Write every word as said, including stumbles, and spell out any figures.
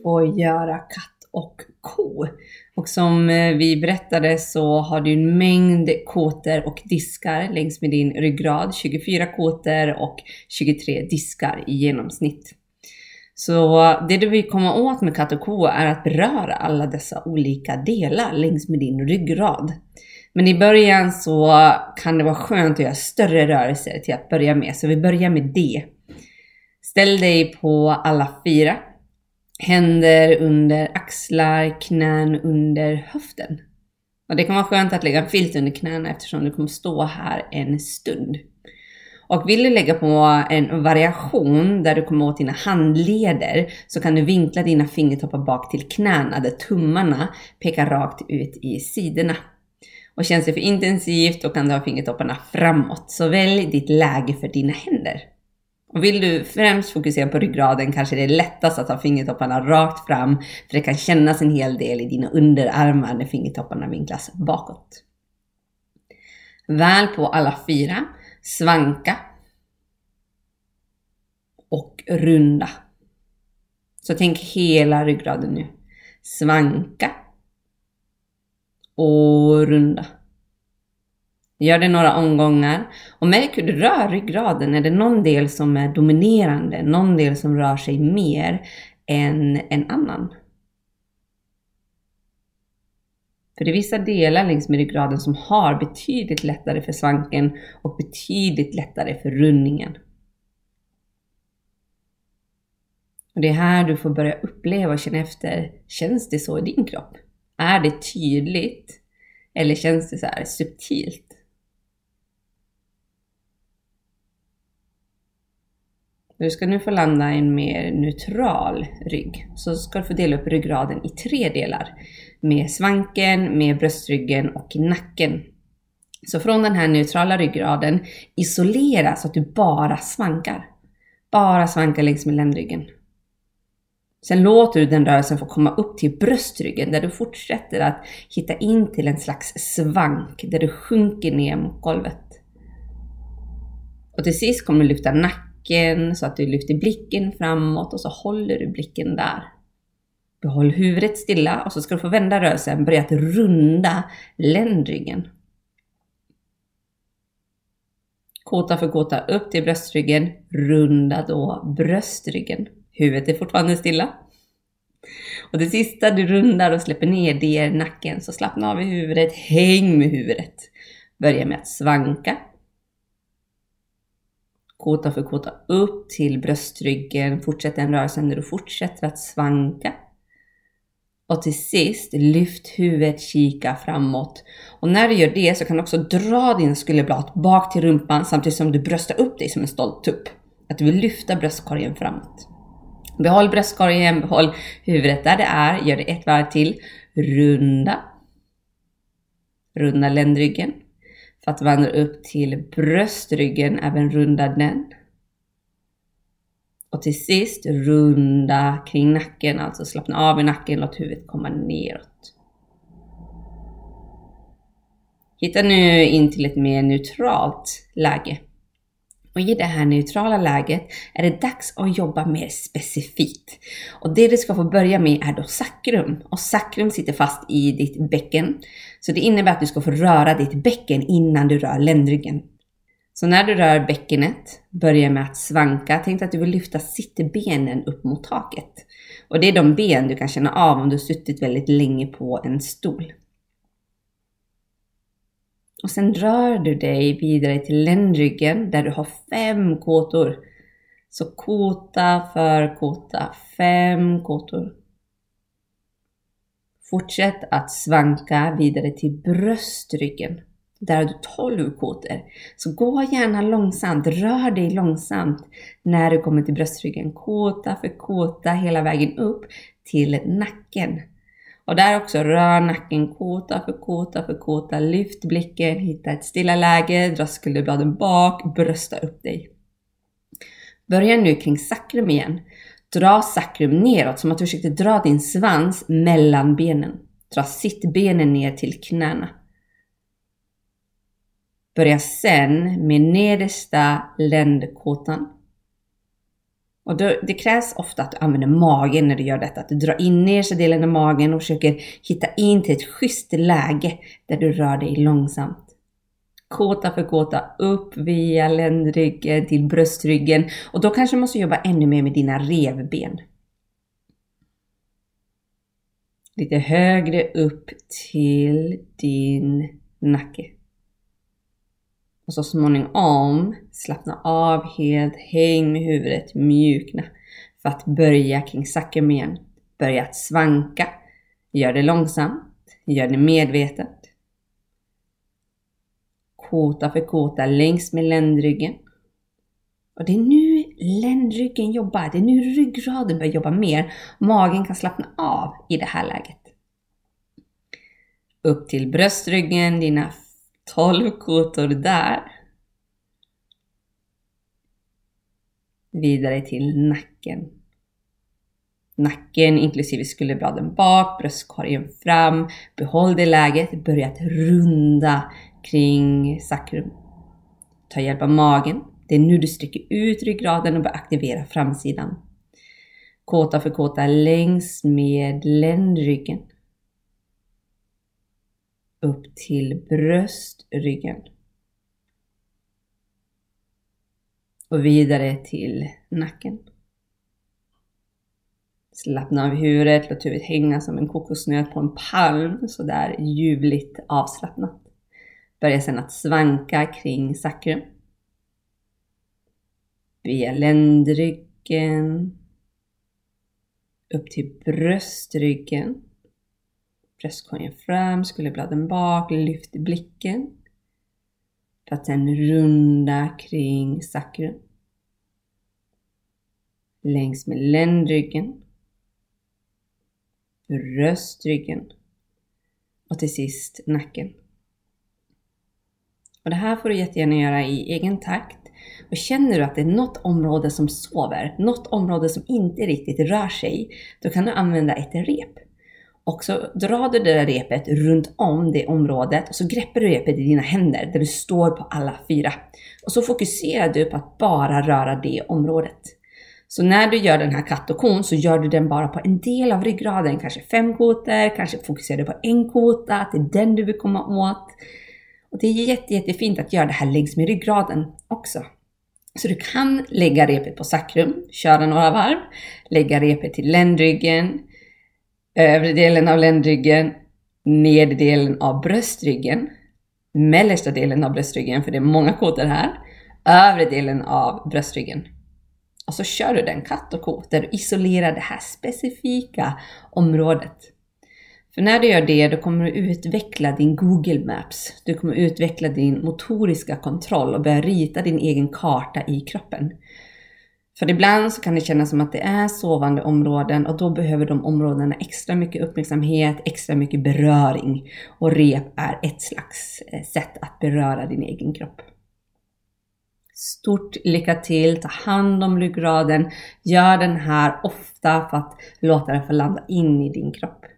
på att göra katt och ko. Och som vi berättade så har du en mängd kotor och diskar längs med din ryggrad. tjugofyra kotor och tjugotre diskar i genomsnitt. Så det du vill komma åt med katt och ko är att beröra alla dessa olika delar längs med din ryggrad. Men i början så kan det vara skönt att göra större rörelser till att börja med. Så vi börjar med det. Ställ dig på alla fyra. Händer under axlar, knän under höften. Och det kan vara skönt att lägga en filt under knäna eftersom du kommer stå här en stund. Och vill du lägga på en variation där du kommer åt dina handleder så kan du vinkla dina fingertoppar bak till knäna där tummarna pekar rakt ut i sidorna. Och känns det för intensivt då kan du ha fingertopparna framåt. Så välj ditt läge för dina händer. Och vill du främst fokusera på ryggraden kanske det är lättast att ha fingertopparna rakt fram. För det kan kännas en hel del i dina underarmar när fingertopparna vinklas bakåt. Väl på alla fyra. Svanka. Och runda. Så tänk hela ryggraden nu. Svanka. Och runda. Gör det några omgångar. Och märk hur du rör ryggraden. Är det någon del som är dominerande? Någon del som rör sig mer än en annan? För det är vissa delar längs med ryggraden som har betydligt lättare för svanken. Och betydligt lättare för rundningen. Och det är här du får börja uppleva och känna efter. Känns det så i din kropp? Är det tydligt? Eller känns det så här subtilt? Du ska nu få landa i en mer neutral rygg. Så ska du få dela upp ryggraden i tre delar. Med svanken, med bröstryggen och nacken. Så från den här neutrala ryggraden isolera så att du bara svankar. Bara svankar längs med ländryggen. Sen låter du den rörelsen få komma upp till bröstryggen där du fortsätter att hitta in till en slags svank där du sjunker ner mot golvet. Och till sist kommer du lyfta nacken så att du lyfter blicken framåt och så håller du blicken där. Behåll huvudet stilla och så ska du få vända rörelsen, börja att runda ländryggen. Kota för kota upp till bröstryggen, runda då bröstryggen. Huvudet är fortfarande stilla. Och det sista du rundar och släpper ner det är nacken. Så slappna av i huvudet, häng med huvudet. Börja med att svanka. Kota för kota upp till bröstryggen. Fortsätt den rörelsen när du fortsätter att svanka. Och till sist lyft huvudet, kika framåt. Och när du gör det så kan du också dra din skulderblad bak till rumpan samtidigt som du bröstar upp dig som en stolt tupp. Att du vill lyfta bröstkorgen framåt. Behåll bröstkorgen, behåll huvudet där det är. Gör det ett varv till. Runda. Runda ländryggen. För att vandra upp till bröstryggen, även runda den. Och till sist runda kring nacken. Alltså slappna av i nacken, låt huvudet komma neråt. Hitta nu in till ett mer neutralt läge. Och i det här neutrala läget är det dags att jobba mer specifikt. Och det du ska få börja med är då sakrum. Och sakrum sitter fast i ditt bäcken. Så det innebär att du ska få röra ditt bäcken innan du rör ländryggen. Så när du rör bäckenet, börja med att svanka. Tänk att du vill lyfta sittbenen upp mot taket. Och det är de ben du kan känna av om du har suttit väldigt länge på en stol. Och sen rör du dig vidare till ländryggen där du har fem kotor. Så kota för kota, fem kotor. Fortsätt att svanka vidare till bröstryggen. Där har du tolv kotor. Så gå gärna långsamt, rör dig långsamt när du kommer till bröstryggen. Kota för kota hela vägen upp till nacken. Och där också rör nacken, kota för kota för kota, lyft blicken, hitta ett stilla läge, dra skulderbladen bak, brösta upp dig. Börja nu kring sakrum igen. Dra sakrum neråt som att du försökte dra din svans mellan benen. Dra sittbenen ner till knäna. Börja sen med nedersta ländkotan. Och då, det krävs ofta att du använder magen när du gör detta. Att du drar in nedersta delen av magen och försöker hitta in till ett schysst läge där du rör dig långsamt. Kåta för kåta upp via ländryggen till bröstryggen. Och då kanske du måste jobba ännu mer med dina revben. Lite högre upp till din nacke. Och så småningom slappna av helt, häng med huvudet, mjukna. För att börja kring sacrum igen. Börja att svanka. Gör det långsamt. Gör det medvetet. Kåta för kåta längs med ländryggen. Och det är nu ländryggen jobbar. Det är nu ryggraden börjar jobba mer. Magen kan slappna av i det här läget. Upp till bröstryggen, dina tolv kåtor där. Vidare till nacken. Nacken inklusive skulderbladen bak, bröstkorgen fram. Behåll det läget, börja att runda kring sacrum. Ta hjälp av magen. Det är nu du sträcker ut ryggraden och börjar aktivera framsidan. Kåta för kåta längs med ländryggen. Upp till bröstryggen. Och vidare till nacken. Slappna av huvudet, låt huvudet hänga som en kokosnöt på en palm. Så där ljuvligt avslappnat. Börja sedan att svanka kring sacrum. Via ländryggen. Upp till bröstryggen. Bröstkorgen fram, skulderbladen bak, lyft blicken. För att sedan runda kring sacrum. Längs med ländryggen. Bröstryggen. Och till sist nacken. Och det här får du jättegärna göra i egen takt. Och känner du att det är något område som sover, något område som inte riktigt rör sig, då kan du använda ett rep. Och så drar du det där repet runt om det området och så greppar du repet i dina händer där du står på alla fyra. Och så fokuserar du på att bara röra det området. Så när du gör den här katt och kon så gör du den bara på en del av ryggraden, kanske fem kotor, kanske fokuserar du på en kota, att det är den du vill komma åt. Och det är jätte, jättefint att göra det här längs med ryggraden också. Så du kan lägga repet på sacrum, köra några varv, lägga repet till ländryggen, övre delen av ländryggen, nedre delen av bröstryggen, mellersta delen av bröstryggen, för det är många kotor här, övre delen av bröstryggen. Och så kör du den katt och ko där du isolerar det här specifika området. För när du gör det, då kommer du utveckla din Google Maps. Du kommer utveckla din motoriska kontroll och börja rita din egen karta i kroppen. För ibland så kan det kännas som att det är sovande områden och då behöver de områdena extra mycket uppmärksamhet, extra mycket beröring. Och rep är ett slags sätt att beröra din egen kropp. Stort lycka till, ta hand om ryggraden, gör den här ofta för att låta den få landa in i din kropp.